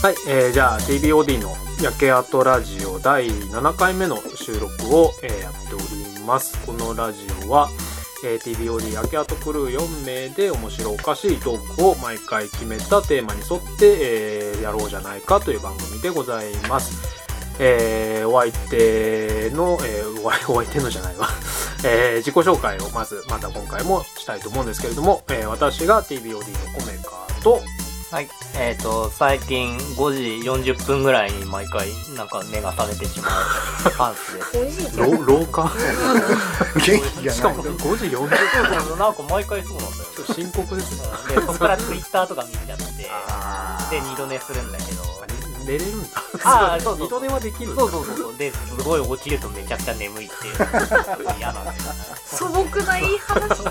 はい、じゃあ TBOD の焼け跡ラジオ第7回目の収録を、やっております。このラジオは、TBOD 焼け跡クルー4名で面白おかしいトークを毎回決めたテーマに沿って、やろうじゃないかという番組でございます。お相手の、お相手のじゃないわ、自己紹介をまた今回もしたいと思うんですけれども、私が TBOD のコメカーと、 はい、最近5時40分ぐらいに毎回なんか目が覚めてしまうパンスです。 老化元気がない。 しかも5時40分なんか毎回そうなんだよ。 深刻ですね。 でそこからツイッターとか見ちゃってで二度寝するんだけど。 寝れるんだ。 そう二度寝はできるんだ。 そうですごい起きるとめちゃくちゃ眠いっていう嫌なんだよ。 素朴ないい話だ。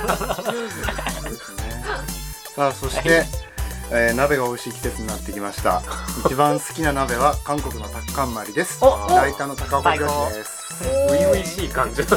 さあそして、鍋が美味しい季節になってきました。一番好きな鍋は韓国のタッカンマリです。大田の高岡女子です。 初々しい感じ。 初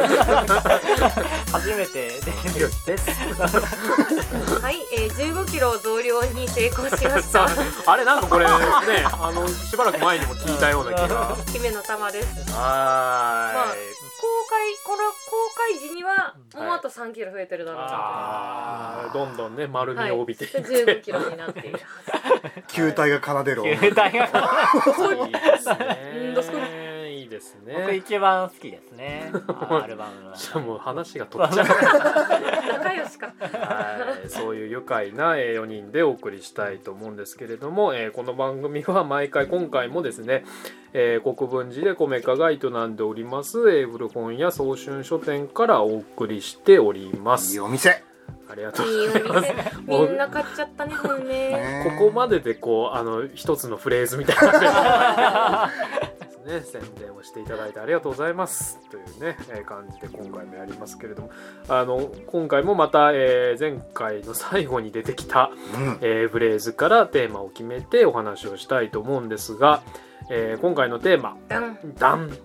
めてです。 はい、15キロ増量に成功しました。 あれなんかこれね、しばらく前にも聞いたような気が。 姫の玉です。 はい。 この公開時にはもうあと3キロ増えてるだろうなと。どんどんね丸みを帯びて 15キロになっている。 球体が奏でる。 球体がいいですね。いいですね。 僕一番好きですね。アルバムは。 じゃあもう話が飛っちゃう。 仲良しか。 はい、そういう愉快な4人でお送りしたいと思うんですけれども、この番組は毎回今回もですね、国分寺でコメカが営んでおります古本屋早春書店からお送りしております。 いいお店。 ありがとうございます。 みんな買っちゃったねこれね。 ここまででこう一つのフレーズみたいなですね、宣伝をしていただいてありがとうございますというね、感じで今回もやりますけれども、今回もまた、前回の最後に出てきた、フレーズからテーマを決めてお話をしたいと思うんですが、今回のテーマダン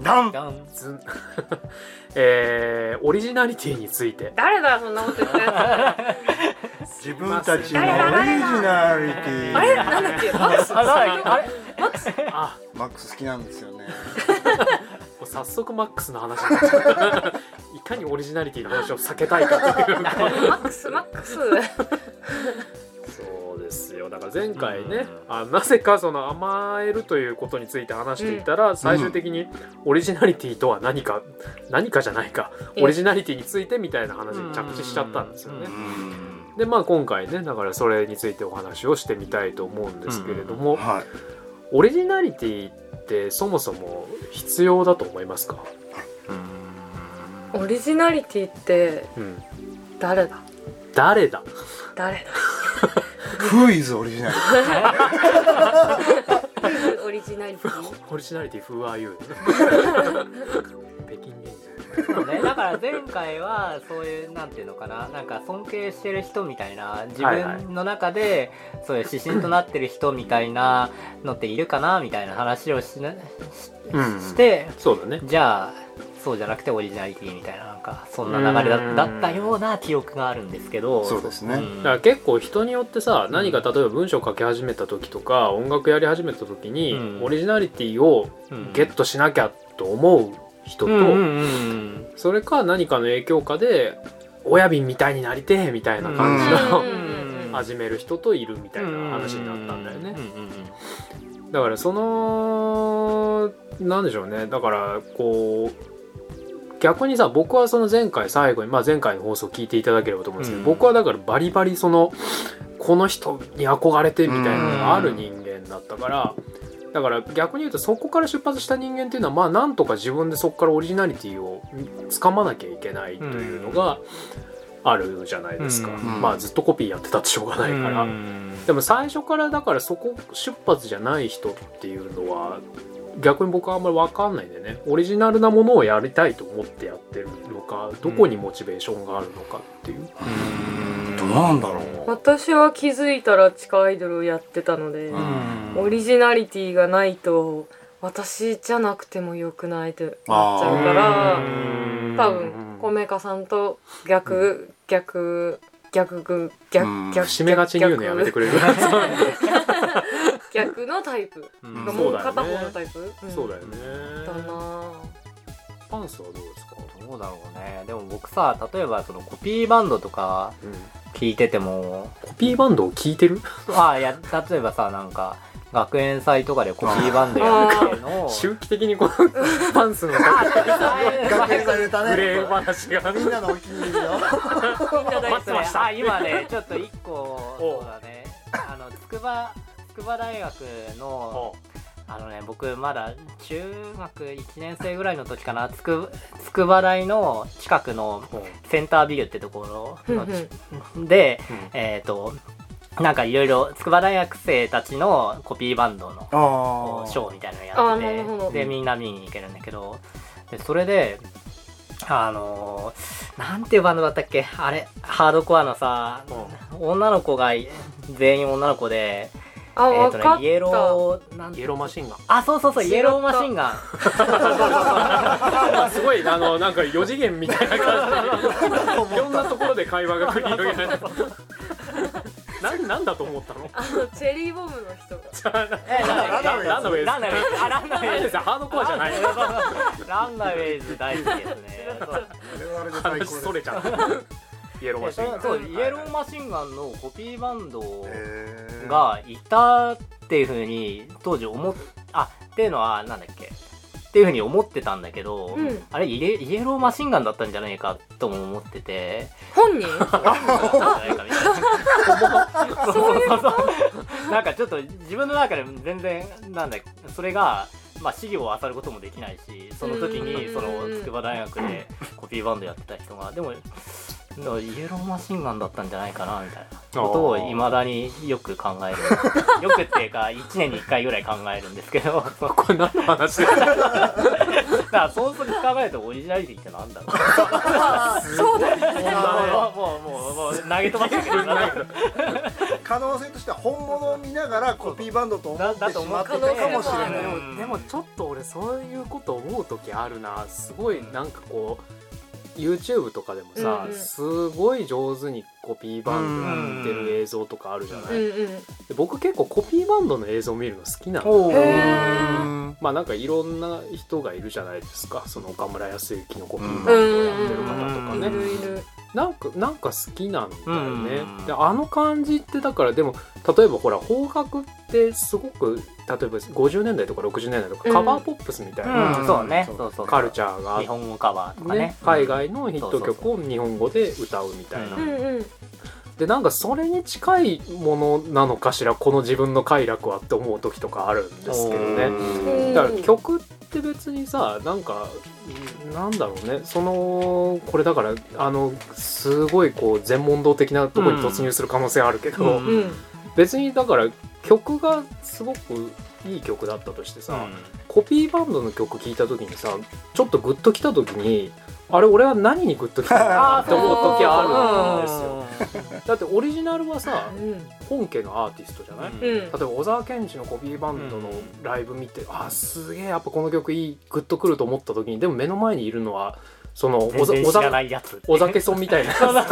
オリジナリティについて。 誰だそんなこと言ったやつ。自分たちのオリジナリティ。 あれなんだっけ、マックス。 マックス好きなんですよね。 早速マックスの話になっちゃった。いかにオリジナリティの話を避けたいかというか。 マックス。 そうですよ。だから前回ね、なぜかその甘えるということについて話していたら、最終的にオリジナリティとは何かじゃないか、オリジナリティについてみたいな話に着地しちゃったんですよね。で今回ね、だからそれについてお話をしてみたいと思うんですけれども、オリジナリティってそもそも必要だと思いますか？ オリジナリティって誰だ？ クイズオリジナリティ。 オリジナリティ。 オリジナリティ Who are you？ 北京現実。 そうね、だから前回はそういうなんていうのかな、なんか尊敬してる人みたいな、自分の中でそういう指針となってる人みたいなのっているかなみたいな話をして、 そうだね。 じゃあそうじゃなくてオリジナリティみたいな、なんかそんな流れだったような記憶があるんですけど。 そうですね。 だから結構人によってさ、何か例えば文章を書き始めた時とか音楽やり始めた時に、オリジナリティをゲットしなきゃと思う人と、それか何かの影響下で親瓶みたいになりてえみたいな感じの始める人といるみたいな話になったんだよね。だからそのなんでしょうね、だからこう逆にさ、僕はその前回最後に、前回の放送を聞いていただければと思うんですけど、僕はだからバリバリこの人に憧れてみたいなのがある人間だったから、だから逆に言うとそこから出発した人間っていうのはなんとか自分でそこからオリジナリティを掴まなきゃいけないというのがあるじゃないですか。ずっとコピーやってたってしょうがないから。でも最初からだからそこ出発じゃない人っていうのは逆に僕はあんまり分かんないんでね、オリジナルなものをやりたいと思ってやってるのか、どこにモチベーションがあるのかっていう。 どうなんだろう。 私は気づいたら地下アイドルをやってたので、オリジナリティがないと私じゃなくてもよくないってなっちゃうから、多分コメカさんと逆締めがちに言うのやめてくれる？ 逆のタイプ、もう片方のタイプ、 そうだよね。 だな。 パンスはどうですか？ どうだろうね。でも僕さ、例えばそのコピーバンドとか聞いてても、 コピーバンドを聞いてる？ いや例えばさ、なんか学園祭とかでコピーバンドやるっていうのを周期的にこのパンスの学園祭歌ね、 グレー話がみんなのお気に入りよ。 みんな大好き。 今ねちょっと一個そうだね、筑波大学の僕まだ中学1年生ぐらいの時かな、筑波大の近くのセンタービルってところので、なんかいろいろ筑波大学生たちのコピーバンドのショーみたいなのやってて、でみんな見に行けるんだけど、でそれでなんていうバンドだったっけ、あれハードコアのさ、女の子が全員女の子で、イエローマシンガン。 そうイエローマシンガン。すごいなんか4次元みたいな感じでいろんなところで会話が繰り広げられる。なんだと思ったの？ チェリーボムの人が。 ランナウェイズ。ハードコアじゃない。 ランナウェイズ大好きですね。 話それちゃう。イエローマシンガン。 そう、イエローマシンガンのコピーバンドがいたっていう風に当時っていうのはなんだっけっていう風に思ってたんだけど、あれイエローマシンガンだったんじゃないかとも思ってて、 本人なんかちょっと自分の中で全然それが資料を漁ることもできないし、その時にその筑波大学でコピーバンドやってた人がでもイエローマシンガンだったんじゃないかなみたいなことをいまだによく考える。よくっていうか1年に1回ぐらい考えるんですけど、 これ何の話？だからそうすると考えるとオリジナリティってなんだろう。 そうだね。 もう投げ飛ばしてくれる。 可能性としては本物を見ながらコピーバンドと思ってしまってたかもしれない。 でもちょっと俺そういうこと思う時あるな。すごいなんかこうYouTube とかでもさ、すごい上手にコピーバンドやってる映像とかあるじゃない。で僕結構コピーバンドの映像を見るの好きなの。なんかいろんな人がいるじゃないですか。その岡村康之のコピーバンドをやってる方とかね。なんか好きなんだよね。であの感じってだからでも例えばほら邦楽ってすごく例えば50年代とか60年代とかカバーポップスみたいな、カルチャーが日本語カバーとかね、 海外のヒット曲を日本語で歌うみたいな。でなんかそれに近いものなのかしらこの自分の快楽はって思う時とかあるんですけどね。だから曲って別にさなんかなんだろうね、これだからすごいこう全問答的なところに突入する可能性あるけど、別にだから曲がすごくいい曲だったとしてさ、コピーバンドの曲聴いた時にさちょっとグッときた時にあれ俺は何にグッときたのかなって思う時あるんですよ。だってオリジナルはさ、本家のアーティストじゃない、例えば小沢健二のコピーバンドのライブ見て、すげえやっぱこの曲いいグッとくると思った時にでも目の前にいるのはその全然知らないやつ、 お酒損みたいな小沢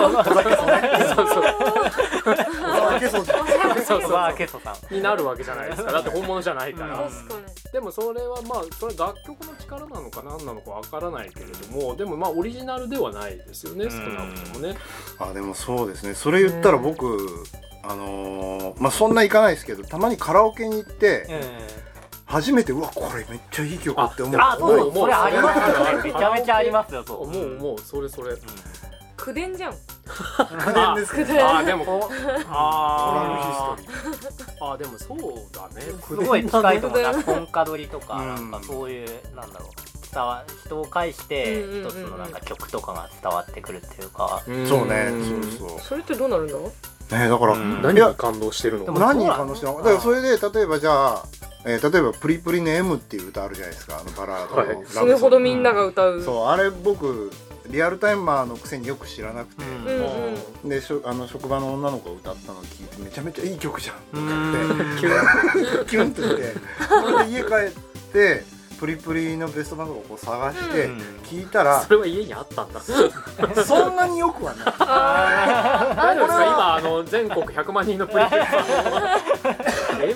ケソさんになるわけじゃないですか。だって本物じゃないから。 確かに。 でもそれはそれ楽曲の力なのか何なのかわからないけれども、でもオリジナルではないですよね、少なくともね。 でもそうですね。それ言ったら僕そんな行かないですけど、たまにカラオケに行って、初めてこれめっちゃいい曲って思う。 それありますよね。めちゃめちゃありますよ。 もうそれ口伝じゃん。 口伝ですね。 でもドラムヒストリー。 でもそうだね。 すごい近いと思う。コンカドリとかなんかそういう人を介して一つのなんか曲とかが伝わってくるっていうか。 そうね。そう。 それってどうなるんだ？ だから何に感動してるの？ 何に感動してるの？だからそれで例えばじゃあ。例えばプリプリの M っていう歌あるじゃないですか、バラードの死ぬほどみんなが歌う。 そう、あれ僕リアルタイマーのくせによく知らなくて、で職場の女の子が歌ったのを聞いてめちゃめちゃいい曲じゃんって思ってキュンってきて、で家帰ってプリプリのベストバンドをこう探して聞いたら、 それは家にあったんだ。 そんなによくはない。 大丈夫ですか今全国100万人のプリプリファン M をよく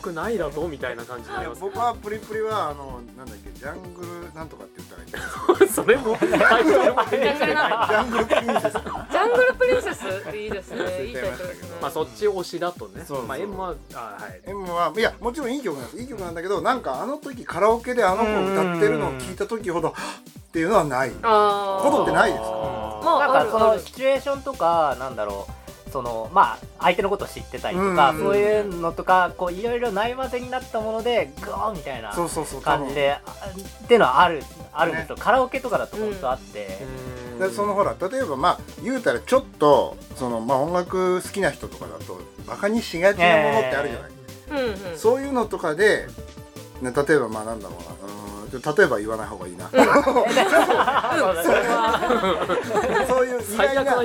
くないだとみたいな感じになります。 僕はプリプリはなんだっけジャングルなんとかって言ったらいいんですか。 それもタイトルもジャングルプリンセス。 ジャングルプリンセスいいですね。いいタイトルですね。 まあそっち推しだとね。 そうまあ M ははい。 M はいやもちろんいい曲なんです。いい曲なんだけどなんかあの時カラオケであの子歌ってるのを聞いた時ほどっていうのはない。ことってないですか。 まあなんかそのシチュエーションとかなんだろうそのまあ相手のことを知ってたりとかそういうのとかこういろいろないまぜになったものでグーみたいな感じでっていうのはあるんですよ。カラオケとかだと本当あって。 でそのほら例えばまあ言うたらちょっとそのまあ音楽好きな人とかだとバカにしがちなものってあるじゃない。そういうのとかでね例えばまあなんだろうな。例えば言わない方がいいな。そういう意外な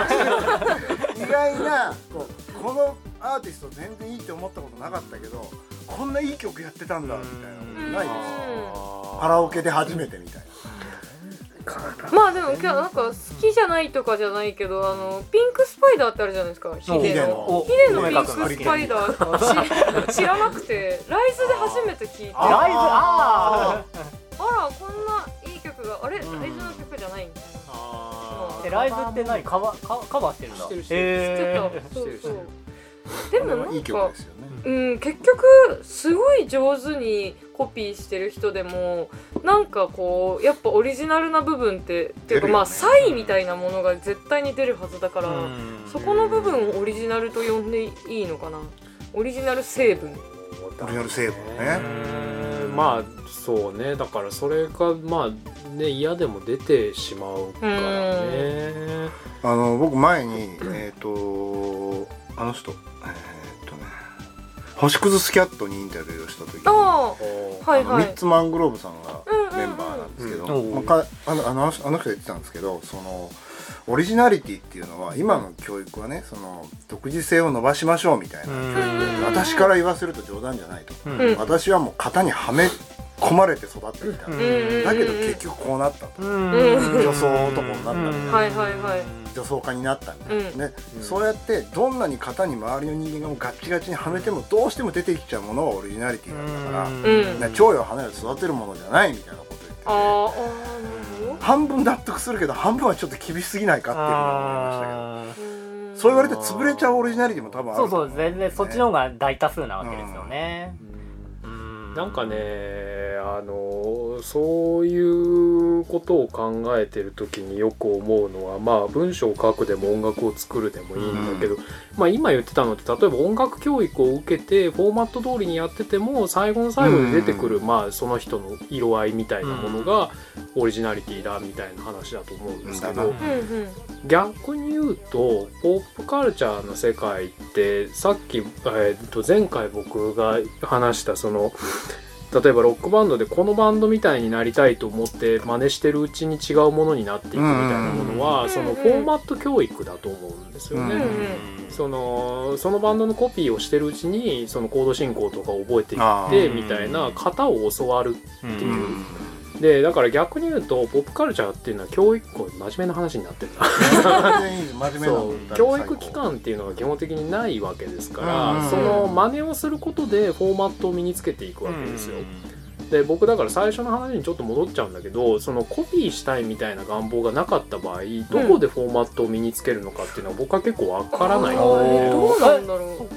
このアーティスト全然いいって思ったことなかったけどこんないい曲やってたんだみたいなないですよ。カラオケで初めてみたいな。 まあでも今日なんか好きじゃないとかじゃないけどピンクスパイダーってあるじゃないですか。ヒデのピンクスパイダー知らなくてライズで初めて聞いてライズあらこんないい曲があれライズの曲じゃないみたいな。 ライズって何カバーしてるんだ。 そうでもなんかいい曲ですよね。 結局すごい上手にコピーしてる人でもなんかこうやっぱオリジナルな部分っていうかまあ差異みたいなものが絶対に出るはずだからそこの部分をオリジナルと呼んでいいのかな。オリジナル成分。 オリジナル成分ね。 まあそうねだからそれがまあね嫌でも出てしまうからね。 僕前にあの人星屑スキャットにインタビューをした時にミッツ・マングローブさんがメンバーなんですけどあの人が言ってたんですけどそのオリジナリティっていうのは今の教育はねその独自性を伸ばしましょうみたいな私から言わせると冗談じゃないと私はもう型にはめ込まれて育ってきただけど結局こうなったと女装男になったみたいな女装家になったみたいなねそうやってどんなに型に周りの人間がガッチガチにはめてもどうしても出てきちゃうものがオリジナリティなんだから蝶々を離れて育てるものじゃないみたいなこと言ってて半分納得するけど半分はちょっと厳しすぎないかっていうふうに思いましたけどそう言われて潰れちゃうオリジナリティも多分あるそう全然そっちの方が大多数なわけですよね。 なんかねそういうことを考えてる時によく思うのはまあ文章を書くでも音楽を作るでもいいんだけど、まあ今言ってたのって例えば音楽教育を受けてフォーマット通りにやってても最後の最後で出てくるまあその人の色合いみたいなものがオリジナリティだみたいな話だと思うんですけど逆に言うとポップカルチャーの世界ってさっき前回僕が話したその例えばロックバンドでこのバンドみたいになりたいと思って真似してるうちに違うものになっていくみたいなものはそのフォーマット教育だと思うんですよね。そのバンドのコピーをしてるうちにそのコード進行とか覚えていってみたいな型を教わるっていう。でだから逆に言うとポップカルチャーっていうのは教育真面目な話になってる教育機関っていうのが基本的にないわけですからその真似をすることでフォーマットを身につけていくわけですよ。で僕だから最初の話にちょっと戻っちゃうんだけどそのコピーしたいみたいな願望がなかった場合どこでフォーマットを身につけるのかっていうのは僕は結構わからないのでどうなんだろう。 そっか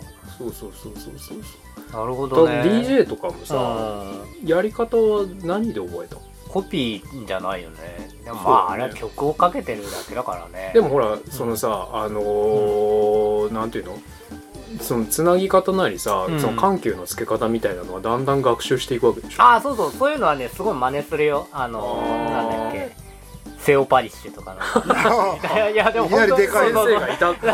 そうなるほどね。 DJ とかもさやり方は何で覚えたの？ コピーじゃないよね。でもまああれは曲をかけてるだけだからね。 でもほらそのさなんていうのそのつなぎ方なりさ、その緩急のつけ方みたいなのはだんだん学習していくわけでしょ。 そういうのはねすごい真似するよ。なんだっけセオパリッシュとかのいやでも本当にでかい先生がいたって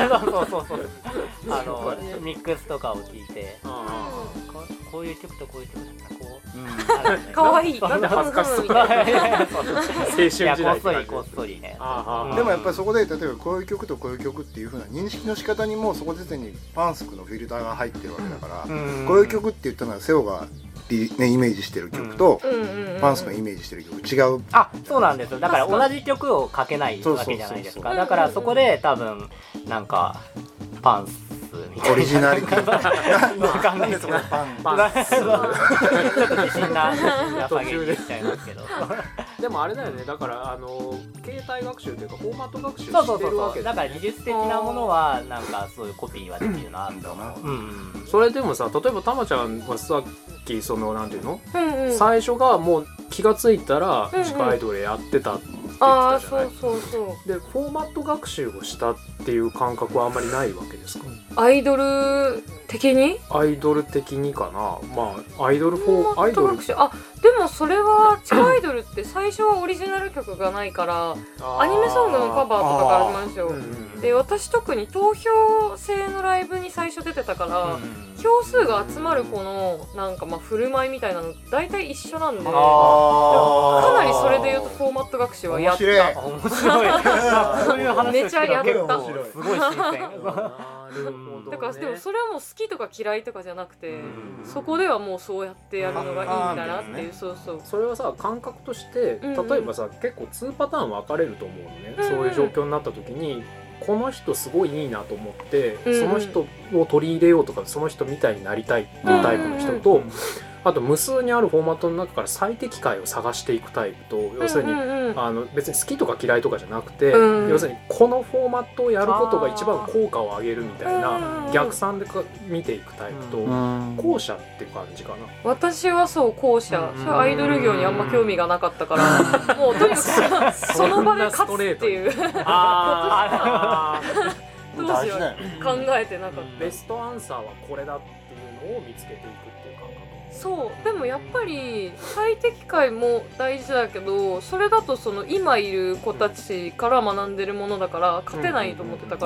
ミックスとかを聞いてこういう曲とこういう曲だったらこうかわいいなんで恥ずかしそう青春時代こっそりね。 でもやっぱりそこで例えばこういう曲とこういう曲っていう風な認識の仕方にもそこですでにパンスクのフィルターが入ってるわけだからこういう曲って言ったのはセオがね、イメージしてる曲とパンスがイメージしてる曲違う。 そうなんですよ。だから同じ曲をかけないわけじゃないですか。だからそこで多分なんかパンスフみたいなオリジナリティわかんないですけどパンちょっと自信な下げにしちゃいますけどでもあれだよね、だから携帯学習というかフォーマット学習してそうるわけだから技術的なものはなんかそういうコピーはできるなと思う。 それでもさ、例えばたまちゃんはさっきそのなんていうの、最初がもう気がついたら地下アイドルやってたって言ってたじゃない。 そうでフォーマット学習をしたっていう感覚はあんまりないわけですか。 アイドル的にアイドル的にかな。まあアイドルフォーマット学習、でもそれは地下アイドルって最初はオリジナル曲がないからアニメソングのカバーとかから始まるんですよ。で私特に投票制のライブに最初出てたから、票数が集まる子のなんかまあ振る舞いみたいなの大体一緒なんで、かなりそれで言うとフォーマット学習はやった。 面白いそういう話めちゃやったすごい新鮮だからでもそれはもう好きとか嫌いとかじゃなくて、そこではもうそうやってやるのがいいんだなっていう、そうそれはさ感覚として例えばさ、結構2パターン分かれると思うのね、そういう状況になった時にこの人すごいいいなと思って、その人を取り入れようとかその人みたいになりたいっていうタイプの人と、あと無数にあるフォーマットの中から最適解を探していくタイプと、要するに別に好きとか嫌いとかじゃなくて、要するにこのフォーマットをやることが一番効果を上げるみたいな逆算で見ていくタイプと、後者っていう感じかな。 私はそう後者、それアイドル業にあんま興味がなかったからもうとにかくその場で勝つっていうどうしよう考えてなかった。 ベストアンサーはこれだっていうのを見つけていくっていう感覚。 そうでもやっぱり最適解も大事だけど、それだとその今いる子たちから学んでるものだから勝てないと思ってたから、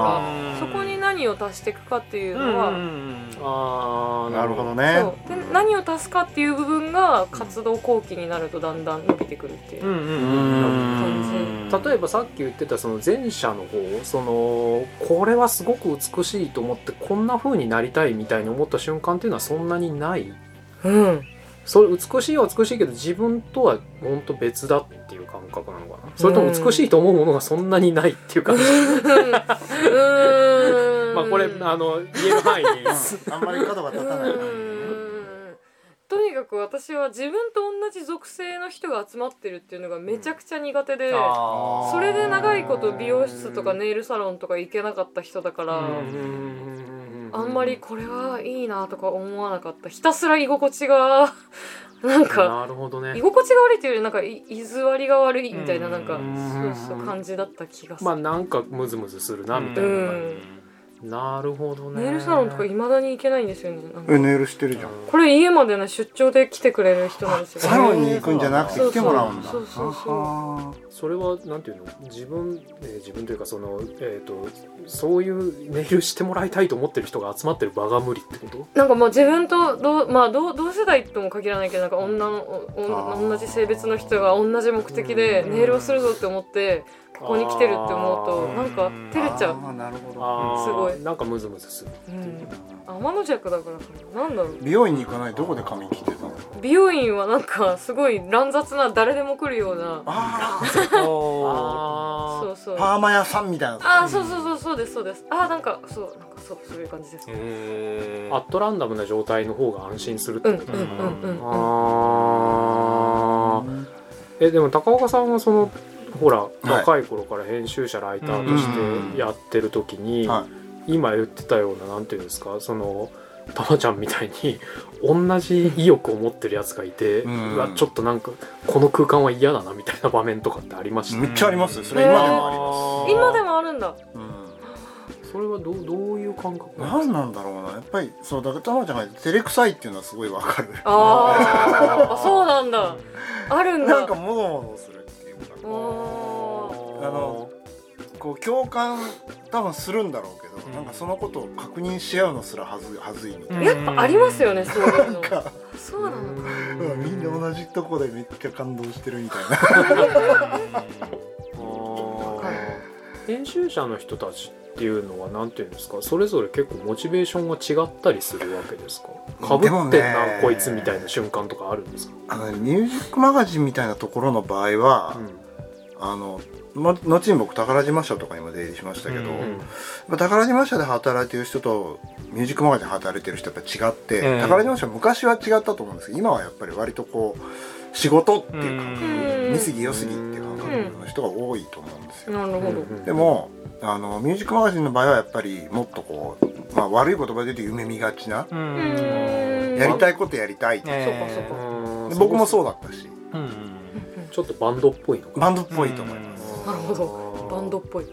そこに何を足していくかっていうのは、 なるほどね。 そうで何を足すかっていう部分が活動後期になるとだんだん伸びてくるっていう感じ。例えばさっき言ってたその前者の方、そのこれはすごく美しいと思ってこんな風になりたいみたいに思った瞬間っていうのはそんなにない。それ美しいは美しいけど自分とは本当別だっていう感覚なのかな、それとも美しいと思うものがそんなにないっていう感じ。まあこれ言える範囲でいいあんまり角が立たない。 とにかく私は自分と同じ属性の人が集まってるっていうのがめちゃくちゃ苦手で、それで長いこと美容室とかネイルサロンとか行けなかった人だから、あんまりこれはいいなとか思わなかった。ひたすら居心地がなんか、 なるほどね、 居心地が悪いというよりなんか居座りが悪いみたいななんかそう感じだった気がする。 まあなんかムズムズするなみたいな感じ。なるほどね。 ネイルサロンとか未だに行けないんですよね。 ネイルしてるじゃん。 これ家までね出張で来てくれる人なんですよ。 サロンに行くんじゃなくて来てもらうんだ。 そうそれはなんていうの、自分というかそのそういうネイルしてもらいたいと思ってる人が集まってる場が無理ってこと？なんかまあ自分と同世代とも限らないけど、なんか同じ性別の人が同じ目的でネイルをするぞって思ってここに来てるって思うとなんか照れちゃう。 なるほど。 すごいなんかムズムズする。 天の弱だからかな。なんだろう。 美容院に行かない？どこで髪切ってたの？ 美容院はなんかすごい乱雑な誰でも来るような。そうそう。 パーマ屋さんみたいな。 そうです。なんかそういう感じです。 アットランダムな状態の方が安心するってことですか。でも高岡さんはそのほら若い頃から編集者ライターとしてやってる時に、今言ってたようななんていうんですか、そのたまちゃんみたいに同じ意欲を持ってるやつがいて、ちょっとなんかこの空間は嫌だなみたいな場面とかってありました？ めっちゃあります。それ今でもあります。 今でもあるんだ。 それはどういう感覚なんなんだろうな。やっぱりそうだからたまちゃんが照れくさいっていうのはすごいわかる。 そうなんだ。あるんだ。 なんかもごもごするっていうか、こう共感多分するんだろうけど、なんかそのことを確認し合うのすらはずいみたいな。 やっぱありますよね、そういうの。そうなのか。 みんな同じとこでめっちゃ感動してるみたいな。 編集者の人たちっていうのはなんていうんですか、それぞれ結構モチベーションが違ったりするわけですか？かぶってんなこいつみたいな瞬間とかあるんですか？ ミュージックマガジンみたいなところの場合は、 後に僕宝島社とかにも出入りしましたけど、宝島社で働いてる人とミュージックマガジンで働いてる人やっぱ違って、宝島社昔は違ったと思うんですけど、今はやっぱり割とこう仕事っていう感覚、見過ぎ良すぎっていう感覚の人が多いと思うんですよ。 なるほど。 でもミュージックマガジンの場合はやっぱりもっとこう、悪い言葉で言うと夢見がちな、やりたいことやりたいって、僕もそうだったし、 ちょっとバンドっぽいのかな。 バンドっぽいと思います。 なるほど、バンドっぽい。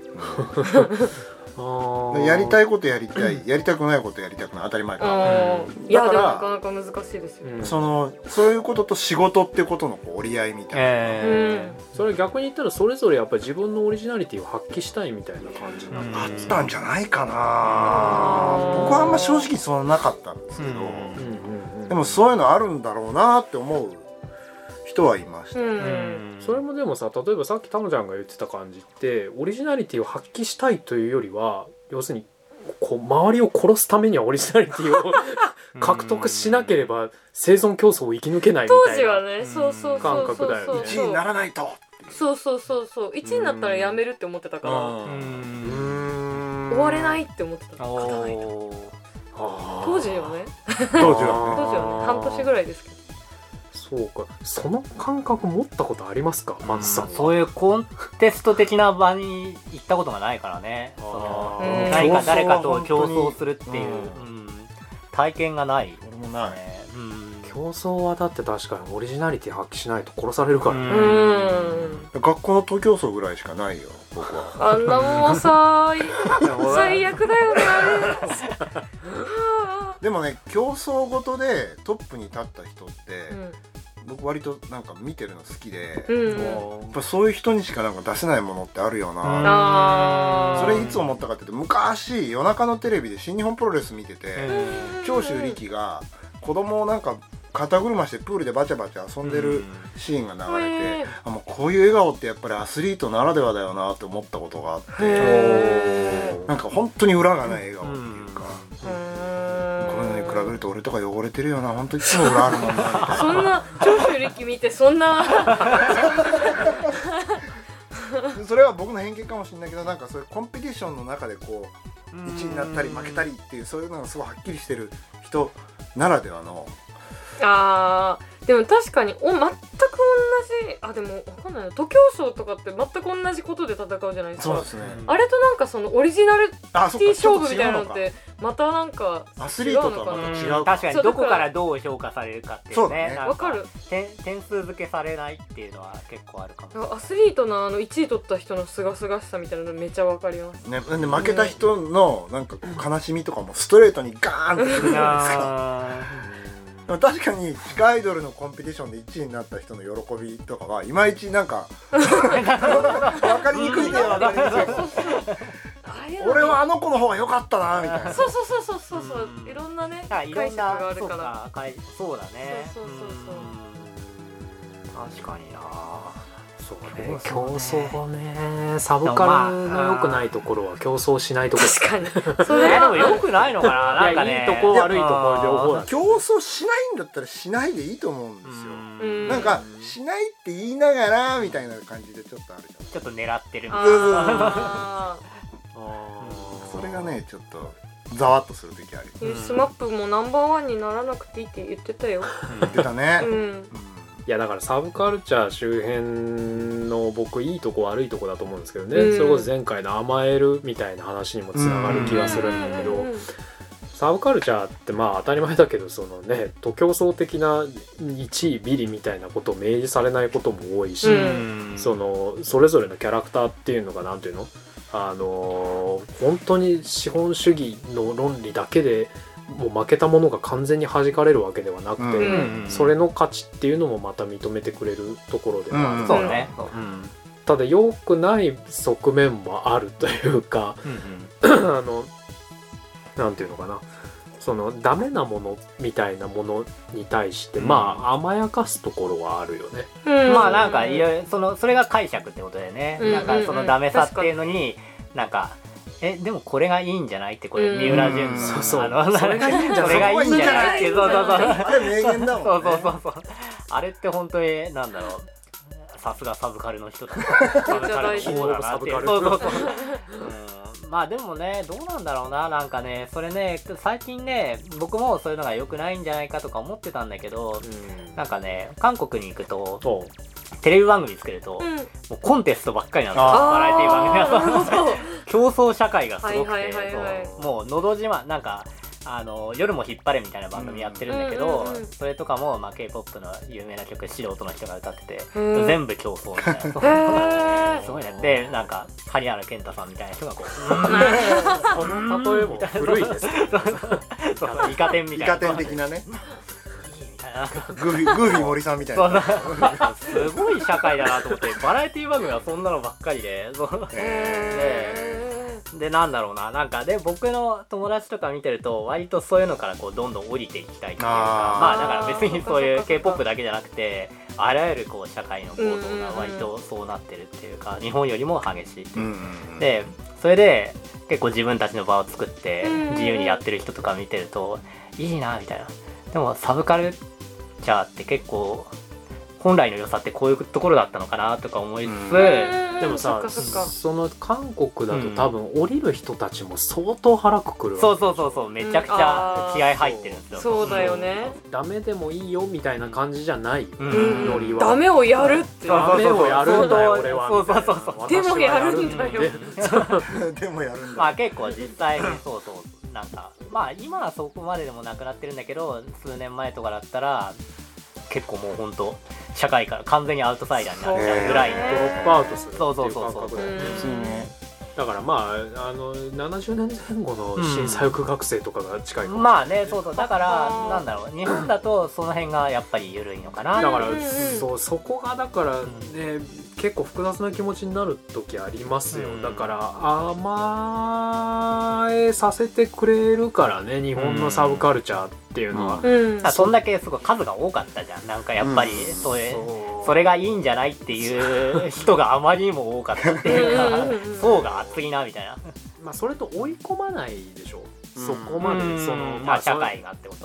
やりたいことやりたい、やりたくないことやりたくない、当たり前か。 いやでもなかなか難しいですよ。 そういうことと仕事ってことの折り合いみたいな。 それ逆に言ったらそれぞれやっぱり自分のオリジナリティを発揮したいみたいな感じなあったんじゃないかな。僕はあんま正直そんななかったんですけど、でもそういうのあるんだろうなって思う人はいました。 それもでもさ、例えばさっきタマちゃんが言ってた感じってオリジナリティを発揮したいというよりは、要するにこう周りを殺すためにはオリジナリティを獲得しなければ生存競争を生き抜けないみたいな感覚だよね。 1位にならないと。 そう1位になったらやめるって思ってたから、終われないって思ってた。当時はね半年ぐらいですけど。 そうか、その感覚持ったことありますか、マンスさん。 そういうコンテスト的な場に行ったことがないからね。誰かと競争するっていう体験がない。 俺もない。 競争はだって確かにオリジナリティ発揮しないと殺されるからね。 学校の徒競走ぐらいしかないよ僕は。 あんなもん最悪だよね。 でもね、競争ごとでトップに立った人って、僕割となんか見てるの好きで、やっぱそういう人にしかなんか出せないものってあるよな。それいつ思ったかっていうと、昔夜中のテレビで新日本プロレス見てて、長州力が子供をなんか肩車してプールでバチャバチャ遊んでるシーンが流れて、もうこういう笑顔ってやっぱりアスリートならではだよなって思ったことがあって、なんか本当に裏がない笑顔っていうか、こういうのに比べると俺とか汚れてるよな、本当にいつも裏あるもんなみたいな。 そんな長州力見てそんなそれは僕の偏見かもしれないけど、なんかそういうコンペティションの中でこう1位になったり負けたりっていう、そういうのがすごいはっきりしてる人ならではの。 でも確かに全く同じ、でも分かんないな、徒競走とかって全く同じことで戦うじゃないですか。 そうですね。 あれとなんかそのオリジナルティ勝負みたいなのってまたなんかアスリートとはまた違う。 確かにどこからどう評価されるかっていうね。 分かる。 点数付けされないっていうのは結構あるかも。 アスリートの1位取った人のすがすがしさみたいなのめっちゃ分かりますね。で負けた人のなんか悲しみとかもストレートにガーンってくるじゃないですか。確かに地下アイドルのコンペティションで1位になった人の喜びとかはいまいちなんか分かりにくいね。分かりにくい。俺はあの子の方が良かったなみたいな。 そういろんなね解釈があるから。 そうだね。確かにな。 競争ね、サブカルの良くないところは競争しないところ。 確かに。 それでも良くないのかな。なんかね、 いいとこ悪いとこ両方だ。 競争しないんだったらしないでいいと思うんですよ。なんかしないって言いながらみたいな感じでちょっとあるじゃん。 ちょっと狙ってるみたいな。 それがねちょっとざわっとする時ある。 スマップもナンバーワンにならなくていいって言ってたよ。 言ってたね。 いやだからサブカルチャー周辺の僕いいとこ悪いとこだと思うんですけどね、それこそ前回の甘えるみたいな話にもつながる気がするんだけど、サブカルチャーってまあ当たり前だけど、そのね徒競走的な1位ビリみたいなことを明示されないことも多いし、それぞれのキャラクターっていうのがなんていうの、本当に資本主義の論理だけでもう負けたものが完全に弾かれるわけではなくて、それの価値っていうのもまた認めてくれるところではあるから、ただ良くない側面もあるというか、なんていうのかな、そのダメなものみたいなものに対して、まあ甘やかすところはあるよね。 まあなんかいろいろそれが解釈ってことだよね。なんかそのダメさっていうのになんかでもこれがいいんじゃないって、これ三浦淳のそれがいいんじゃないって、そう名言だもんね。あれって本当になんだろう、 さすがサブカルの人だサブカルの方だなっていう。そうそうそう、まあでもね、どうなんだろうな、なんかね、それね、最近ね、僕もそういうのが良くないんじゃないかとか思ってたんだけど、なんかね、韓国に行くとテレビ番組作ると、もうコンテストばっかりなんですよ、バラエティ番組は。競争社会がすごくて、もうのど自慢、なんか夜も引っ張れみたいな番組やってるんだけど、それとかも、まあ、K-POP の有名な曲素人の人が歌ってて、全部競争みたいな。すごいね。で、なんか萩原健太さんみたいな人がこうその例えも古いですね。 イカ天みたいな。 イカ天的なね。グーフィー森さんみたいな。 すごい社会だなと思って、バラエティ番組はそんなのばっかりで。でなんだろうな、なんかで僕の友達とか見てると割とそういうのからこうどんどん降りていきたいっていうか、まあだから別にそういう K-POP だけじゃなくてあらゆるこう社会の構造が割とそうなってるっていうか、日本よりも激しいっていう、でそれで結構自分たちの場を作って自由にやってる人とか見てるといいなみたいな。でもサブカルチャーって結構本来の良さってこういうところだったのかなとか思いつつ、 でもさ、その韓国だと多分降りる人たちも相当腹くくるわけ。 そうめちゃくちゃ気合入ってるんですよ。 そうだよね。 ダメでもいいよみたいな感じじゃないノリは。 ダメをやるって。 ダメをやるんだよ俺は。 そうでもやるんだよ。 でもやるんだ。 まあ結構実際になんかまあ今はそこまででもなくなってるんだけど、数年前とかだったら結構もう本当社会から完全にアウトサイダーになっちゃうぐらい、 ドロップアウトするっていう感そう覚だよね。だからまあ70年前後の新左翼学生とかが近いかもしれない、 まあね、そうだからなんだろう、日本だとその辺がやっぱり緩いのかな。 だからそこがだからね、結構複雑な気持ちになる時ありますよ。だから甘えさせてくれるからね、日本のサブカルチャーっていうのは。 そんだけすごい数が多かったじゃん。なんかやっぱりそれがいいんじゃないっていう人があまりにも多かったっていうか、層が厚いなみたいな。 まあそれと追い込まないでしょ、そこまでまあ社会がってこと？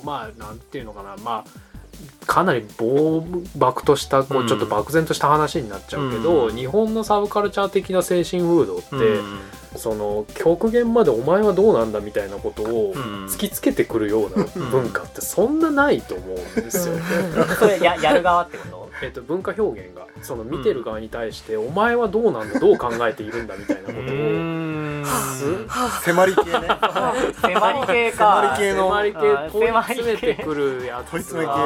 まあなんていうのかな、まあかなり暴漠としたこうちょっと漠然とした話になっちゃうけど、日本のサブカルチャー的な精神風土って、その極限までお前はどうなんだみたいなことを突きつけてくるような文化ってそんなないと思うんですよ。 それやる側ってこと？ 文化表現がその見てる側に対して、お前はどうなんだ、どう考えているんだみたいなことを迫り系ね。 迫り系か。 迫り系の問い詰めてくるやつ。 問い詰め系。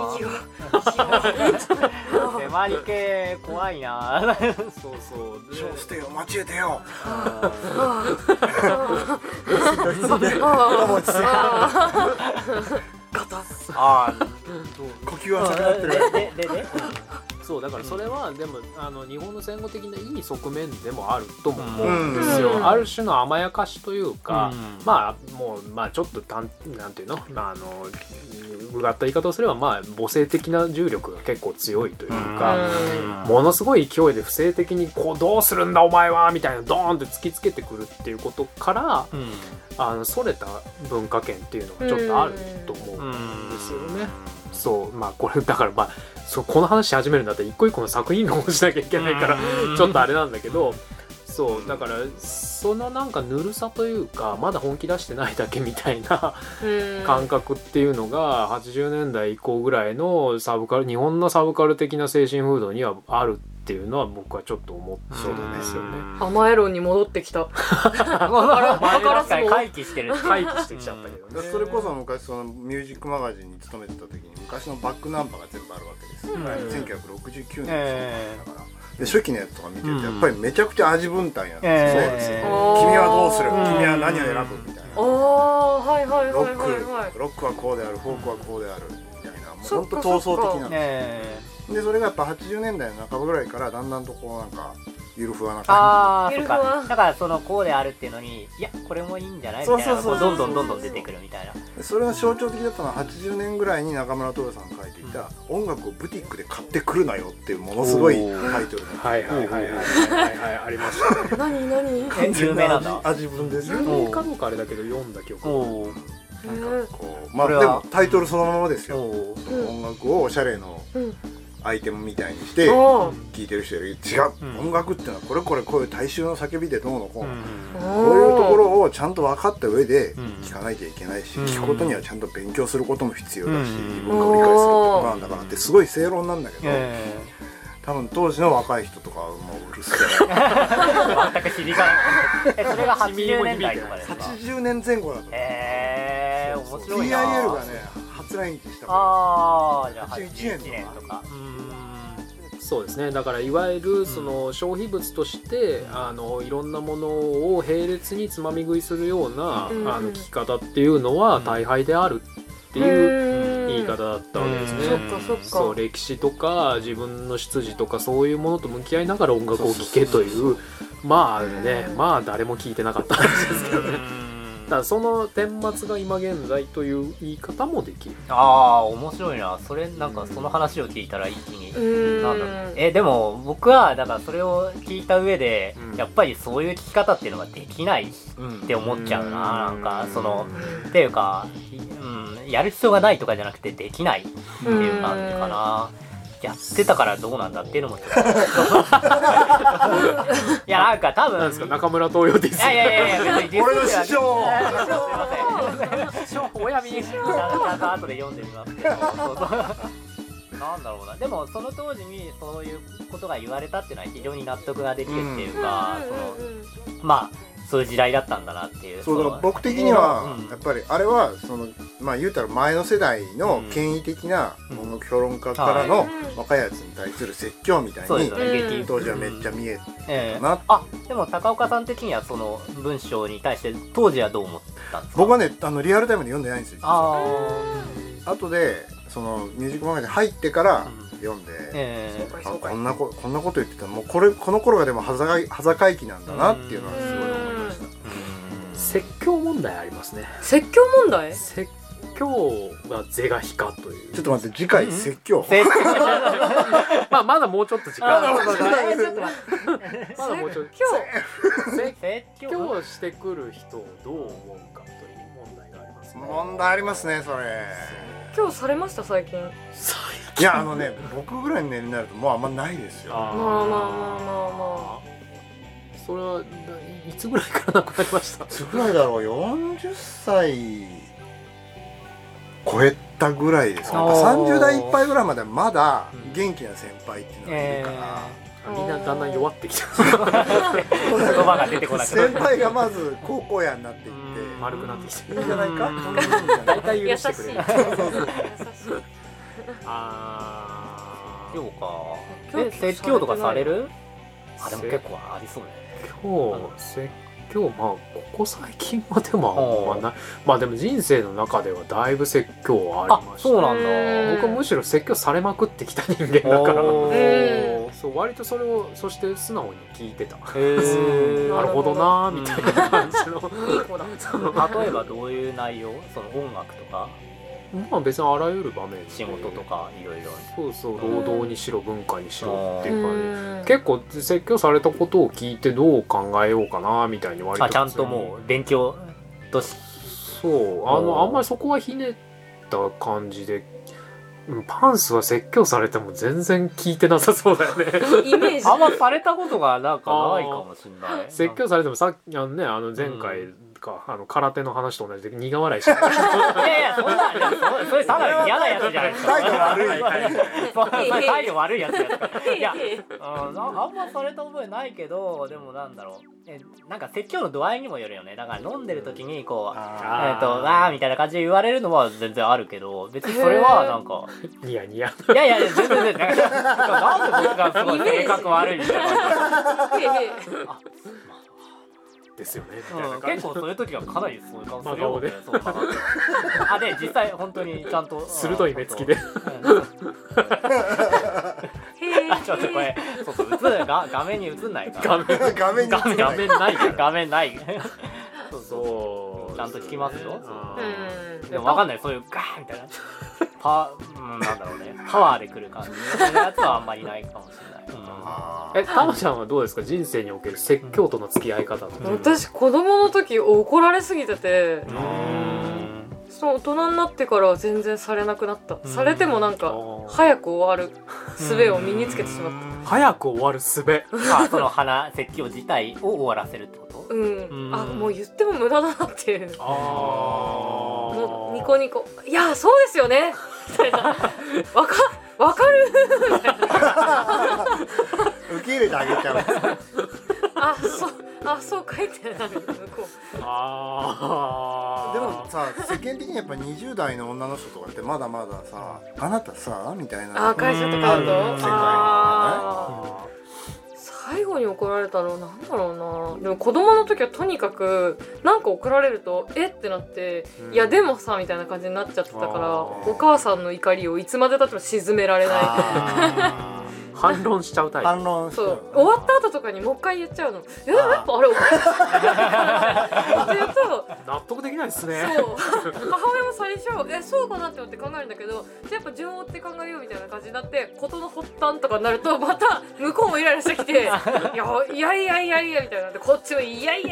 迫り系怖いな。 そうそう。 小捨てよ、待ち得てよ。呼吸は浅くなってる。 そうだからそれはでも日本の戦後的ないい側面でもあるとも思うんですよ。ある種の甘やかしというか、まあもうまあちょっとなんていうの、うがった言い方をすれば、まあ母性的な重力が結構強いというか、ものすごい勢いで不正的にこうどうするんだお前はみたいなドーンって突きつけてくるっていうことからそれた文化圏っていうのがちょっとあると思うんですよね。そうまあこれだからまあこの話し始めるんだったら一個一個の作品の方しなきゃいけないからちょっとあれなんだけど、そうだからそのなんかぬるさというか、まだ本気出してないだけみたいな感覚っていうのが80年代以降ぐらいの日本のサブカル的な精神風土にはあるっていうのは僕はちょっと思ってるんですよね。 甘え論に戻ってきた。 回帰してきちゃったけどね。 それこそ昔そのミュージックマガジンに勤めてた時に昔のバックナンバーが全部あるわけですよ。1969年だから。で初期のやつとか見てるとやっぱりめちゃくちゃ味分担やんですよね。君はどうする、君は何を選ぶみたいな。ロックはこうである、フォークはこうであるみたいな、もう本当闘争的なんですよ。でそれがやっぱ80年代の半ばぐらいからだんだんとこうなんかゆるふわな感じ。 そっか。だからそのこうであるっていうのに、いやこれもいいんじゃないみたいな、どんどん出てくるみたいな。 それが象徴的だったのは80年ぐらいに中村徹さんが書いていた「音楽をブティックで買ってくるなよ」っていうものすごいタイトルの。 はいありましたね。 何完全な味分ですよ。 有名かどうかあれだけど読んだ記憶。 なんかこうまあでもタイトルそのままですよ。音楽をおしゃれのアイテムみたいにして聴いてる人より違う、音楽っていうのはこれこういう大衆の叫びでどうのこうの、こういうところをちゃんと分かった上で聴かないといけないし、聴くことにはちゃんと勉強することも必要だし、文化を理解するってことなんだからってすごい正論なんだけど、多分当時の若い人とかはもううるせえ全く響かないそれが80年代とかですか 80年前後だと面白いな。 TIL がね初来日したあじゃあ 81 81年とかそうですね。だからいわゆるその消費物としていろんなものを並列につまみ食いするような聞き方っていうのは大敗であるっていう言い方だったわけですね。そう歴史とか自分の出自とかそういうものと向き合いながら音楽を聴けというまあ誰も聞いてなかった話ですけどね。だからその顛末が今現在という言い方もできる。 面白いな。それなんかその話を聞いたら一気になんだろう。でも僕はだからそれを聞いた上で、やっぱりそういう聞き方っていうのができないって思っちゃうな。なんかそのっていうか、やる必要がないとかじゃなくてできないっていう感じかな。やってたからどうなんだっていうのもちょっといやなんか多分なんですか中村東洋です。 いや別に俺の師匠すいません師匠親身ちゃんと後で読んでみますけどなんだろうな。でもその当時にそういうことが言われたっていうのは非常に納得ができるっていうか、まあそういう時代だったんだなっていう。 そうだから僕的にはやっぱりあれはそのまあ言うたら前の世代の権威的な音楽評論家からの若いやつに対する説教みたいに当時はめっちゃ見えたな。 でも高岡さん的にはその文章に対して当時はどう思ったんですか？ 僕はねリアルタイムで読んでないんですよ。後でそのミュージックマガジン入ってから読んで、こんなこと言ってたらもうこの頃がでも端境期なんだなっていうのはすごい思いました。 説教問題ありますね。 説教問題？ 説教が是が非かという。 ちょっと待って次回説教。 まだもうちょっと時間。まだもうちょっと。説教してくる人をどう思うかという問題がありますね。 問題ありますねそれ。 説教されました最近？ いや僕ぐらいの年齢になるともうあんまないですよ。 まあそれはいつぐらいからなくなりました？ いつぐらいだろう。40歳超えたぐらいですか。30代いっぱいぐらいまではまだ元気な先輩っていうのがいるから、 みんなだんだん弱ってきた。 言葉が出てこなくなる。 先輩がまず高校野になっていって丸くなってきていいんじゃないか。 大体許してくれる。 説教とかされる？でも結構ありそうね。 説教ここ最近はでもあんまない。まあでも人生の中ではだいぶ説教はありました。 そうなんだ。 僕はむしろ説教されまくってきた人間だからそう割とそれをそして素直に聞いてた。なるほどなみたいな感じの。 例えばどういう内容？その音楽とか？ まあ別にあらゆる場面で仕事とかいろいろ労働にしろ文化にしろっていう感じ。結構説教されたことを聞いてどう考えようかなみたいに割とちゃんともう勉強としあんまりそこはひねった感じでパンスは説教されても全然聞いてなさそうだよね。 イメージあんまされたことがなんかないかもしれない。 説教されてもさっき前回空手の話と同じで苦笑いしてる。いやそんなそれただ嫌なやつじゃないですか。態度悪いやつじゃないですか。いやあんまされた覚えないけど、でもなんだろう、なんか説教の度合いにもよるよね。だから飲んでる時にこうわーみたいな感じで言われるのは全然あるけど、別にそれはなんかニヤニヤ。 いや全然なんで僕がすごい性格悪いみたいな感じですよね。 結構そういう時はかなりそういう顔するよね。で実際本当にちゃんと鋭い目つきで。ちょっとこれ画面に映んないか。 画面ないそうちゃんと聞きますよ。でも分かんない、そういうガーンみたいななんだろうね、パワーでくる感じのやつはあんまりないかもしれない。 タマちゃんはどうですか、人生における説教との付き合い方とか。 私子供の時怒られすぎてて、 そう大人になってからは全然されなくなった。されてもなんか早く終わる術を身につけてしまった。 早く終わる術。 その花説教自体を終わらせるってこと？ もう言っても無駄だなっていう。もうニコニコ、いやそうですよねみたいな。わかるみたいな。 受け入れてあげちゃう。 そう書いてある向こう。 でもさ、世間的にやっぱ20代の女の人とかってまだまださ、あなたさみたいな。 会社とかあると世界最後に怒られたのなんだろうな。でも子供の時はとにかくなんか怒られるとえってなって、いやでもさみたいな感じになっちゃってたから、お母さんの怒りをいつまでたっても鎮められない。 反論しちゃうタイプ。 そう終わった後とかにもう一回言っちゃうの。でもやっぱあれ怒られたって言うと納得できないですね。 そう母親も最初そうかなって思って考えるんだけど、じゃあやっぱ順を追って考えようみたいな感じになって事の発端とかになるとまた向こうもイライラしてきていやみたいなでこっちもいや一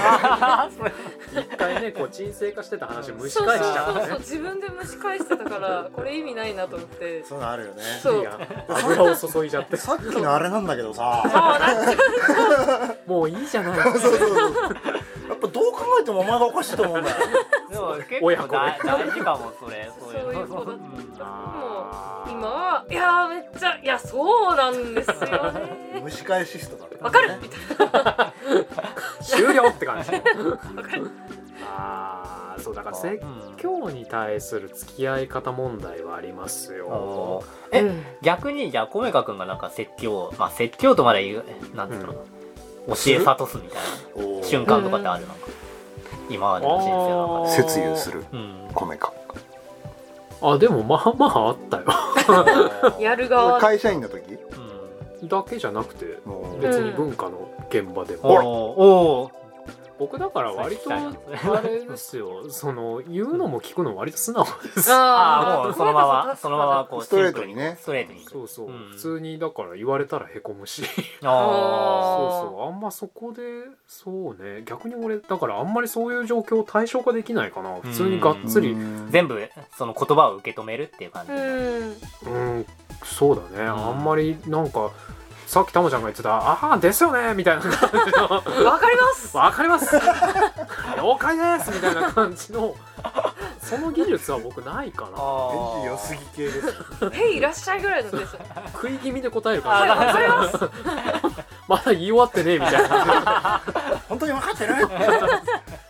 回ねこう沈静化してた話を蒸し返しちゃうね。 そう自分で蒸し返してたからこれ意味ないなと思って。 そういうのあるよね。 そう油を注いじゃって。 さっきのあれなんだけどさ。 もういいじゃない。 そうやっぱどう考えてもお前がおかしいと思うんだよ。 でも結構大事かもそれ。 そういうことだった。もう今はいやめっちゃいやそうなんですよね。 蒸し返しストだった。 わかるみたいな。 終了って感じ。 わかる。 そうだから説教に対する付き合い方問題はありますよ。 逆にじゃあコメカ君がなんか説教とまで言うなんていうの、教え諭すみたいな瞬間とかってあるのか。今までの人生の中で説諭するコメカ。 でもまああったよ。 やる側会社員の時だけじゃなくて別に文化の現場でも。僕だから割とあれですよ。その言うのも聞くのも割と素直です。 もうそのままこうストレートにね。 そう普通にだから言われたらへこむし。そうあんまそこでそうね。逆に俺だからあんまりそういう状況を対象化できないかな。普通にがっつり全部その言葉を受け止めるっていう感じ。 そうだね。あんまりなんか。さっきたまちゃんが言ってたですよねみたいな感じのわかります了解ですみたいな感じのその技術は僕ないかな。 返事良すぎ系です。 へいいらっしゃいぐらいのです。 食い気味で答えるから。 わかります。 まだ言い終わってねみたいな。 本当に分かってる？ それは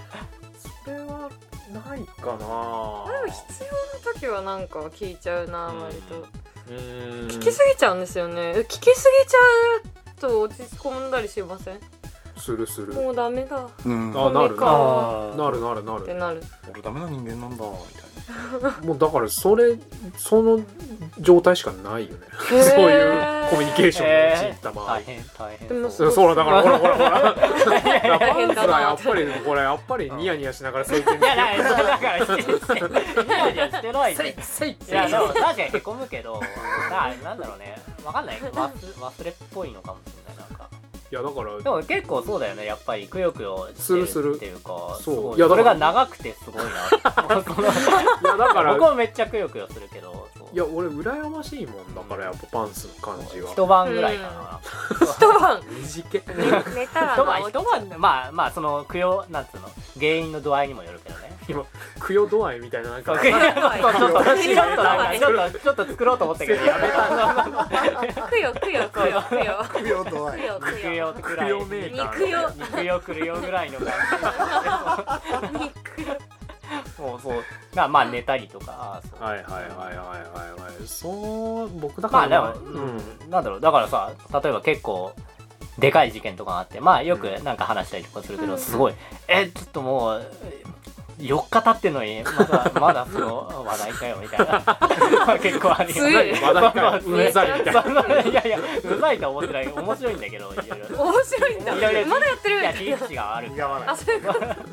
ないかな。 でも必要な時はなんか聞いちゃうな割と。聞きすぎちゃうんですよね。聞きすぎちゃうと落ち込んだりしません？するもうダメだ。 なるってなる。 俺ダメな人間なんだみたいな。 もうだからその状態しかないよね。そういうコミュニケーションに陥った場合。大変。そうだからほら。パンツがやっぱりニヤニヤしながらそう言ってる。 だからニヤニヤしてない。いやでも確かにへこむけど、なんだろうね。わかんない。忘れっぽいのかもしれないなんか。 いやだからでも結構そうだよね。やっぱりくよくよしてるっていうか、 そう。 いやそれが長くてすごいな。いやだから僕もめっちゃくよくよするけど。 いや俺羨ましいもんだからやっぱパンツの感じは。 一晩ぐらいかな。 一晩。 短寝たら一晩まあそのくよなんつうの原因の度合いにもよるけどね。 今供養度合いみたいななんかちょっと作ろうと思ったけどやめた。 供養供養度合い。 肉用くらい。肉用くるよぐらいの感じ。そうまあ寝たりとか。 はいそう僕だからまあでもなんだろうだからさ例えば結構でかい事件とかがあってまあよくなんか話したりとかするけどすごいちょっともう4日経ってんのにまだその話題かよみたいな結構あるよね。 話題かようざいみたいな。 いやうざいとは思ってない面白いんだけど。 面白いんだ。まだやってる。 いや切り口がある。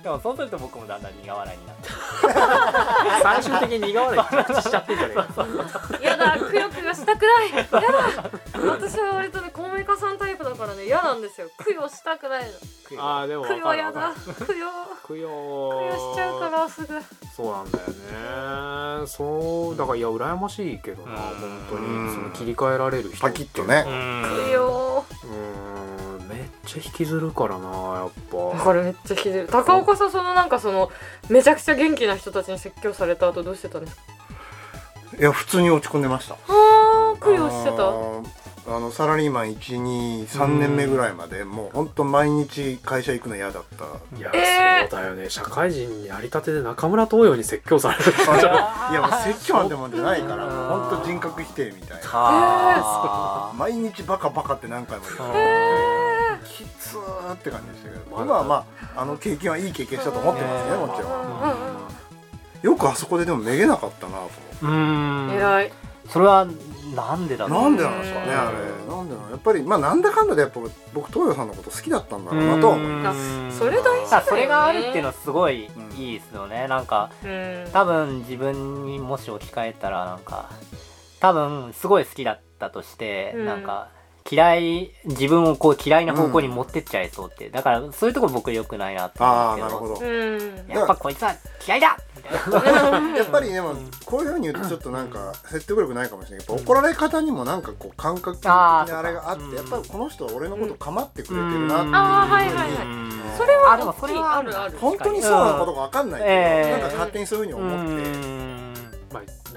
でもそうすると僕もだんだん苦笑いになって最終的に苦笑いしちゃってんじゃねえか。 やだ、くよくよしたくない。やだ。私は割とね、コメカさんタイプだからね、嫌なんですよ。くよしたくないの。 ああでもくよやだ。くよくよしちゃうからすぐ。 そうなんだよね。そうだからいや羨ましいけどな、本当にその切り替えられる人パキッとね。 くよめっちゃ引きずるからな、やっぱ。 これめっちゃ引きずる。高岡さん、なんかめちゃくちゃ元気な人たちに説教された後どうしてたんですか？ いや普通に落ち込んでました。 くよしてた？ サラリーマン1、2、3年目ぐらいまでもう本当毎日会社行くの嫌だった。 いや、そうだよね。社会人にやりたてで中村東洋に説教される。 いやもう説教なんてもんじゃないから本当人格否定みたいな。毎日バカバカって何回も言う。きつーって感じでしたけど、今はまあ経験はいい経験したと思ってますね、もちろん。よくあそこででもめげなかったなと。 偉い。 それはなんでだろう。 なんでなんですかね、あれ。なんでなの。やっぱりまあなんだかんだでやっぱ僕東洋さんのこと好きだったんだろうなとは思います。 それ大事だよね。 それがあるっていうのはすごいいいですよね。なんか多分自分にもし置き換えたらなんか多分すごい好きだったとしてなんか自分をこう嫌いな方向に持ってっちゃいそうって、だからそういうところ僕良くないなって思うんですけど、やっぱこいつは嫌いだやっぱりでもこういうふうに言うとちょっとなんか説得力ないかもしれないけど、怒られ方にもなんかこう感覚的なあれがあって、やっぱりこの人は俺のこと構ってくれてるなっていう。 はいはいはい。それはでもそれはあるある。 本当にそうなことが分かんないけど、なんか勝手にそういうふうに思って。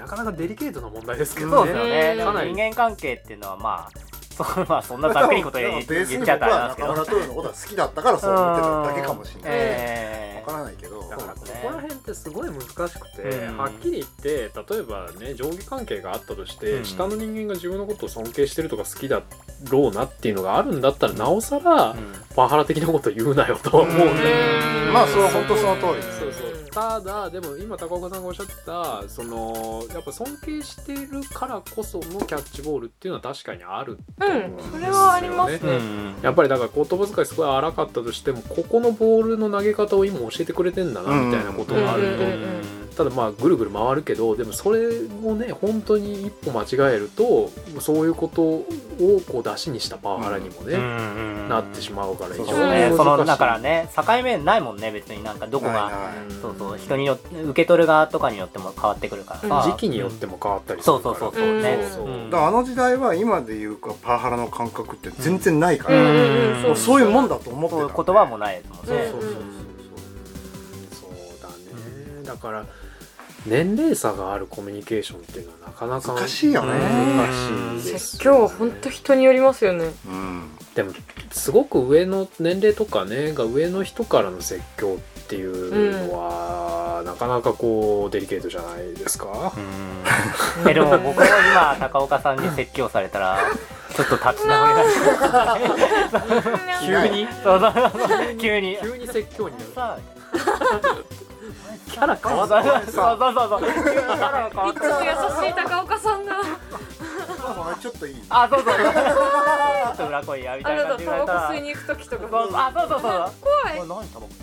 なかなかデリケートな問題ですけどね。 そうですよね。人間関係っていうのはまあそんなざっくりこと言っちゃったらなんですけど、 中村東洋のことが好きだったからそう思ってただけかもしれない。わからないけど、 だからここら辺ってすごい難しくて、はっきり言って例えばね上下関係があったとして、下の人間が自分のことを尊敬してるとか好きだろうなっていうのがあるんだったらなおさらパワハラ的なこと言うなよとは思うんだよ。 まあそれは本当その通りです。 そうそう。ただでも今高岡さんがおっしゃってたやっぱ尊敬してるからこそのキャッチボールっていうのは確かにあると思うんですよね。 それはありますね。 やっぱりだから言葉遣いすごい荒かったとしてもここのボールの投げ方を今教えてくれてんだなみたいなことがあると、ただまあぐるぐる回るけどでもそれをね本当に一歩間違えるとそういうことをこう出しにしたパワハラにもねなってしまうから非常に難しい。 だからね境目ないもんね別になんかどこがそう人によって受け取る側とかによっても変わってくるから時期によっても変わったりするから。 そうね。 だから時代は今でいうかパワハラの感覚って全然ないから、そういうもんだと思ってた。 言葉もないですもんね。 そうだね。だから年齢差があるコミュニケーションっていうのはなかなか難しいよね。 難しいです。 説教は本当人によりますよね。 でもすごく上の年齢とかねが上の人からの説教っていうのは、なかなかこうデリケートじゃないですか。 でも僕も今高岡さんに説教されたらちょっと立ち直れない急に説教になる。 キャラ変わった。そういつも優しい高岡さんがちょっといい。 ちょっと裏来いやみたいな感じで言われたら。 タバコ吸いに行く時とか。 そう怖い。何タバコ。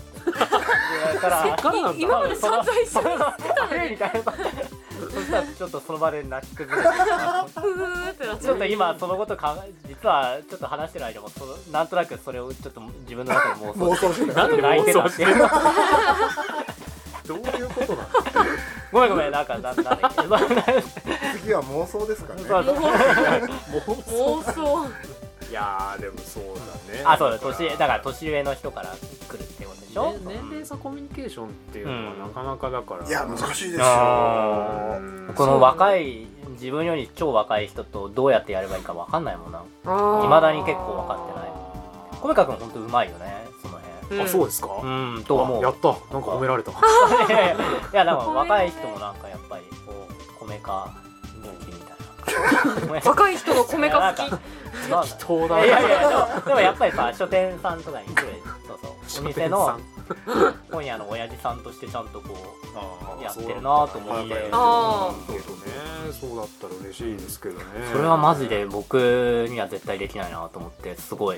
今まで散々一緒にしてたのにみたいな。そしたらちょっとその場で泣き崩れてちょっと今そのこと実はちょっと話してる間もなんとなくそれをちょっと自分の中で妄想して泣いてたっていう。 どういうことなの？ ごめんなんだっけ次は妄想ですかね。 妄想。 いやでもそうだね。 そうだから年上の人から来るってことでしょ。 年齢差コミュニケーションっていうのはなかなかだから。 いや難しいですよ。 この若い自分より超若い人とどうやってやればいいか分かんないもんな。未だに結構分かってない。コメカ君本当うまいよねその辺。 あそうですか。 と思う。 やったなんか褒められた。 いやでも若い人もなんかやっぱりこうコメカ人気みたいな。 若い人のコメカ好き。 適当だね。 いやでもやっぱりさ書店さんとかにそうお店の今夜の親父さんとしてちゃんとこうやってるなと思って。 そうだったら嬉しいですけどね。 それはマジで僕には絶対できないなと思ってすごい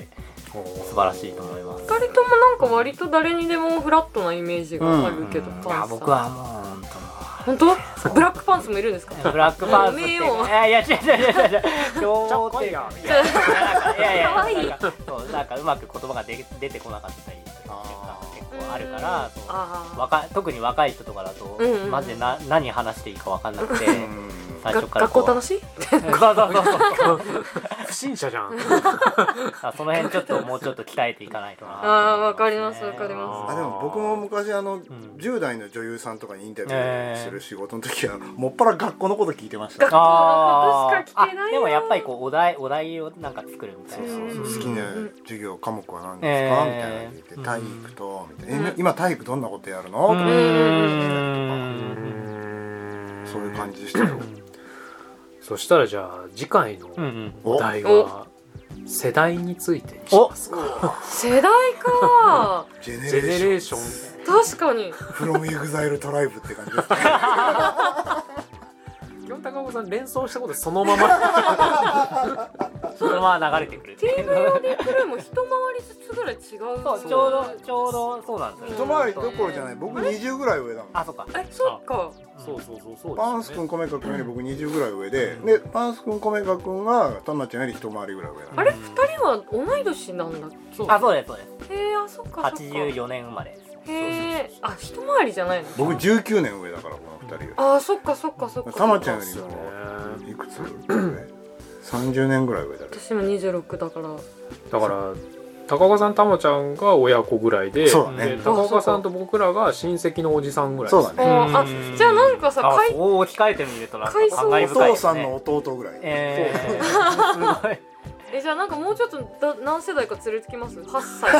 素晴らしいと思います。 2人ともなんか割と誰にでもフラットなイメージがあるけど、 いや僕はもう本当ブラックパンツもいるんですか？ ブラックパンツっていや違うちょっといや可愛いそうなんかうまく言葉が出てこなかったりするっていうか結構あるから特に若い人とかだとマジで何話していいか分かんなくて最初から学校楽しい？ そう不審者じゃん。 その辺ちょっともうちょっと鍛えていかないとな。 わかりますわかります。 でも僕も昔10代の女優さんとかにインタビューする仕事の時はもっぱら学校のこと聞いてました。 学校のことしか聞けないよ。 でもやっぱりこうお題をなんか作るみたいな。 好きな授業科目は何ですかみたいなの言って体育とみたいな今体育どんなことやるのとかそういう感じでしたよ。 そしたらじゃあ次回のお題は世代についてにしますか。 世代か。 ジェネレーション。 確かに。 From EXILEトライブって感じですね。 基本高岡さん連想したことそのまま流れてくる。 テーマ用でくるも一回りずつぐらい違う。 そうちょうどそうなんですよ。 一回りどころじゃない。僕20ぐらい上だもん。 あ、そっか。 そっか。 そう。 パンス君、コメカ君より僕20ぐらい上で、でパンス君、コメカ君がタンナちゃんより一回りぐらい上だ。 あれ2人は同い年なんだっけ？ あ、そうです。 へえ、あ、そっか。 84年生まれです。 へえ、あ、一回りじゃないの？ 僕19年上だからこの2人。 あ、そっか。 タマちゃんよりもいくつ？30年ぐらい上だね。 私も26だから。 だから高岡さん、たまちゃんが親子ぐらいで、高岡さんと僕らが親戚のおじさんぐらい。 そうだね。 あ、じゃあなんかさ、 そう置き換えてみるとなんか感慨深いですね。お父さんの弟ぐらい。 すごい。 じゃあなんかもうちょっと何世代か連れてきます？ 8 歳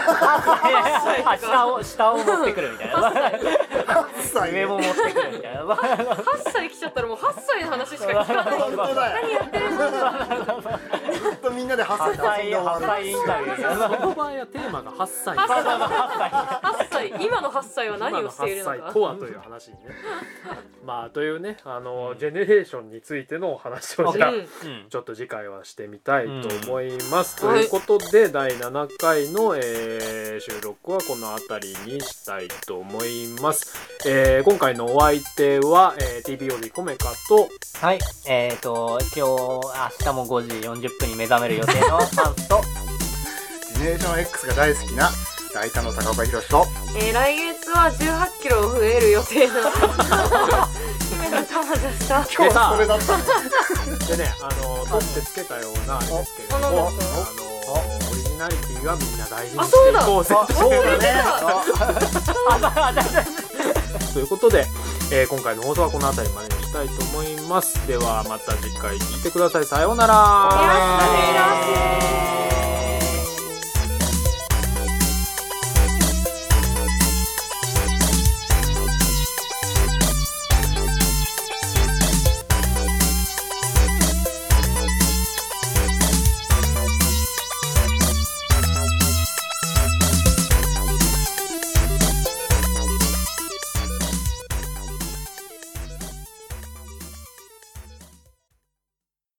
下を持ってくるみたいな。 8歳上も持ってくるみたいな。 8歳来ちゃったらもう8歳の話しか聞かない。 本当だよ。 何やってるの？ ずっとみんなで8歳インタビュー。 その場合はテーマが8歳。 8歳。今の8歳は何をしているのか。 8歳とはという話にね。まあというね、ジェネレーションについてのお話をじゃあちょっと次回はしてみたいと思います。ということで第7回の収録はこの辺りにしたいと思います。今回のお相手は TPOD コメカと、 はい、今日明日も5時40分に目覚める予定のパンスとジェネレーション X が大好きな大田の高岡宏と、 来月は18キロ増える予定の姫の玉でした。 今日それだったね。 でね、取ってつけたようなですけれども、オリジナリティはみんな大事にしていこうぜということで、今回の放送はこの辺りまでにしたいと思います。ではまた次回聞いてください。さようなら。